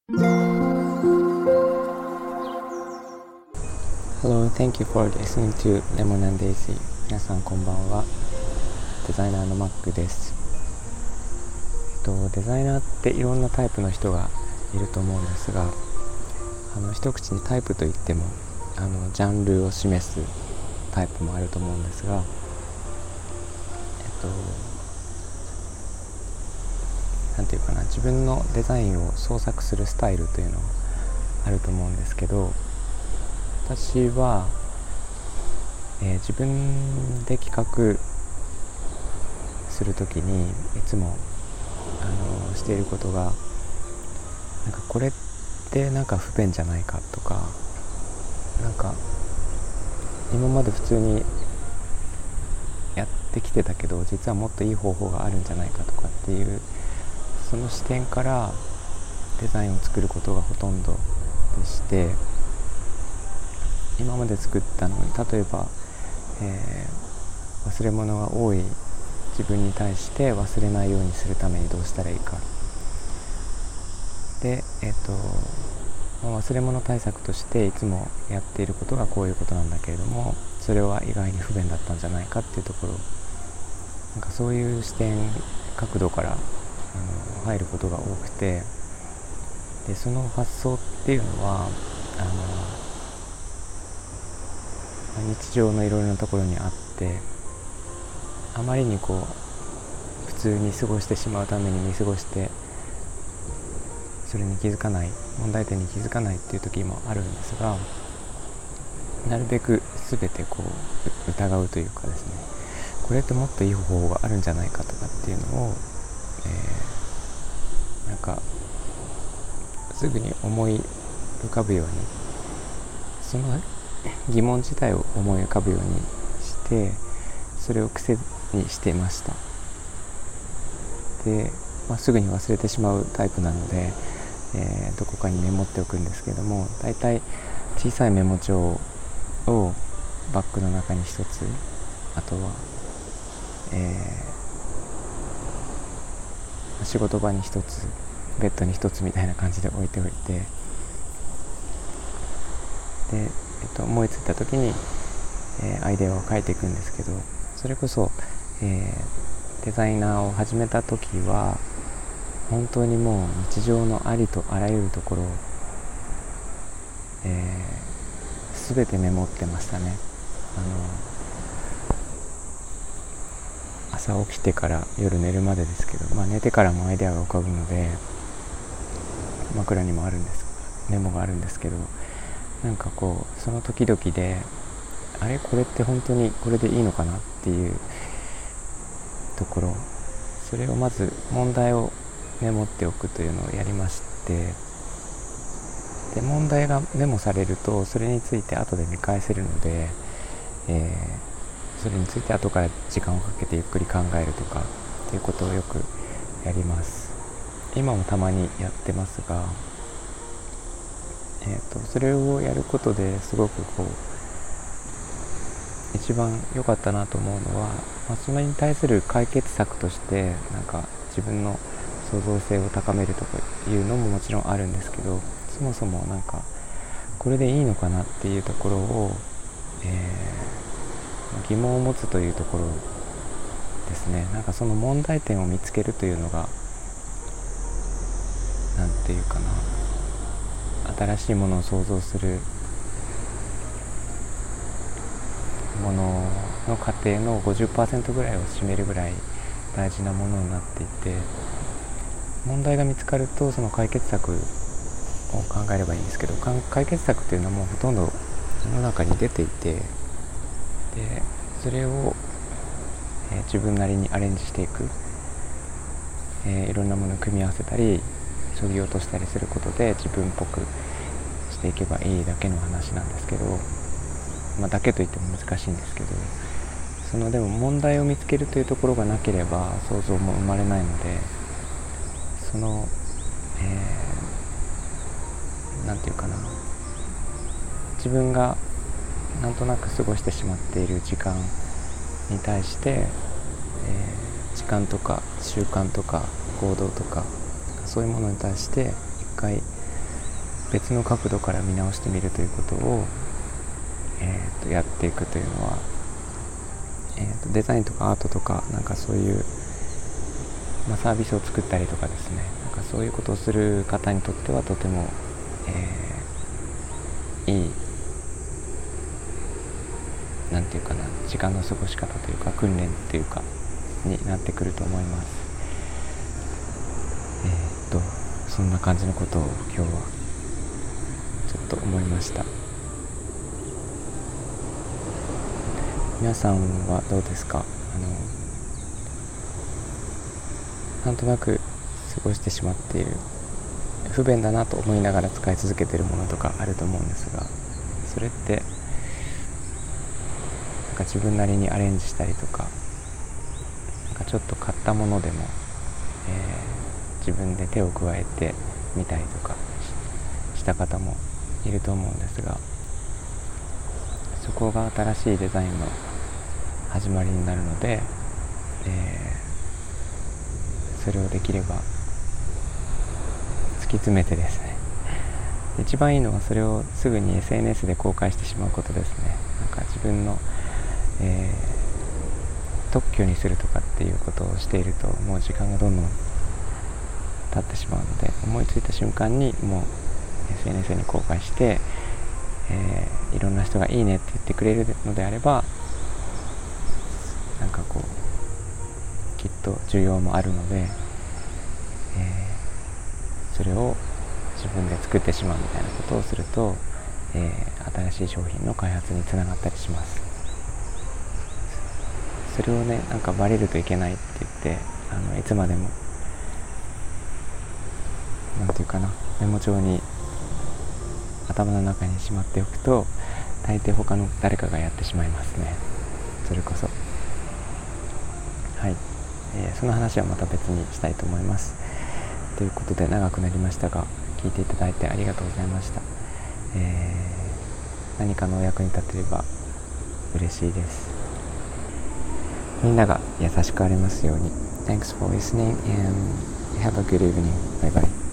Hello, thank you for listening to Lemon and Daisy. 皆さんこんばんは。デザイナーのマックです。デザイナーっていろんなタイプの人がいると思うんですが、一口にタイプといってもジャンルを示すタイプもあると思うんですが、なんていうかな、自分のデザインを創作するスタイルというのがあると思うんですけど、私は、自分で企画するときにいつもしていることが、なんかこれってなんか不便じゃないかとか、なんか今まで普通にやってきてたけど実はもっといい方法があるんじゃないかとかっていう、その視点からデザインを作ることがほとんどでして、今まで作ったのに例えば、忘れ物が多い自分に対して忘れないようにするためにどうしたらいいかで、忘れ物対策としていつもやっていることがこういうことなんだけれども、それは意外に不便だったんじゃないかっていうところ、なんかそういう視点角度から入ることが多くて、でその発想っていうのは日常のいろいろなところにあって、あまりに普通に過ごしてしまうために見過ごして、それに気づかない、問題点に気づかないっていう時もあるんですが、なるべく全て疑うというかですね、これってもっといい方法があるんじゃないかとかっていうのを、なんかすぐに思い浮かぶように、その疑問自体を思い浮かぶようにして、それを癖にしてました。で、すぐに忘れてしまうタイプなので、どこかにメモっておくんですけども、だいたい小さいメモ帳をバッグの中に一つ、あとは、仕事場に一つ、ベッドに一つみたいな感じで置いておいて、で、思いついた時に、アイデアを書いていくんですけど、それこそ、デザイナーを始めた時は本当にもう日常のありとあらゆるところを、全てメモってましたね。朝起きてから夜寝るまでですけど、寝てからもアイデアが浮かぶので枕にもあるんです、メモがあるんですけど、なんかその時々で、あれこれって本当にこれでいいのかなっていうところ、それをまず問題をメモっておくというのをやりまして、で問題がメモされるとそれについて後で見返せるので、それについて後から時間をかけてゆっくり考えるとかっていうことをよくやります。今もたまにやってますが、それをやることですごく一番良かったなと思うのは、それに対する解決策としてなんか自分の創造性を高めるとかいうのももちろんあるんですけど、そもそもなんかこれでいいのかなっていうところを、疑問を持つというところですね。なんかその問題点を見つけるというのが、なんていうかな、新しいものを創造するものの過程の 50% ぐらいを占めるぐらい大事なものになっていて、問題が見つかるとその解決策を考えればいいんですけど、解決策っていうのはもうほとんど世の中に出ていて、でそれを、自分なりにアレンジしていく、いろんなものを組み合わせたり削ぎ落としたりすることで自分っぽくしていけばいいだけの話なんですけど、だけといっても難しいんですけど、でも問題を見つけるというところがなければ想像も生まれないので、なんていうかな、自分がなんとなく過ごしてしまっている時間に対して、時間とか習慣とか行動とかそういうものに対して一回別の角度から見直してみるということを、やっていくというのは、デザインとかアートとかなんかそういう、サービスを作ったりとかですね、なんかそういうことをする方にとってはとても、いいなんていうかな、時間の過ごし方というか訓練というかになってくると思います。そんな感じのことを今日はちょっと思いました。皆さんはどうですか？なんとなく過ごしてしまっている、不便だなと思いながら使い続けているものとかあると思うんですが、それってなんか自分なりにアレンジしたりとか、なんかちょっと買ったものでも、自分で手を加えてみたりとかした方もいると思うんですが、そこが新しいデザインの始まりになるので、それをできれば突き詰めてですね、一番いいのはそれをすぐに SNS で公開してしまうことですね。なんか自分の、特許にするとかっていうことをしていると、もう時間がどんどん経ってしまうので、思いついた瞬間にもう SNS に公開して、いろんな人がいいねって言ってくれるのであれば、なんかこうきっと需要もあるので、それを自分で作ってしまうみたいなことをすると、新しい商品の開発につながったりします。それをね、なんかバレるといけないって言って、いつまでもなんていうかな、メモ帳に頭の中にしまっておくと、大抵他の誰かがやってしまいますね。それこそはい、その話はまた別にしたいと思います。ということで長くなりましたが、聞いていただいてありがとうございました。何かのお役に立てれば嬉しいです。みんなが優しくありますように。Thanks for listening and have a good evening. Bye bye.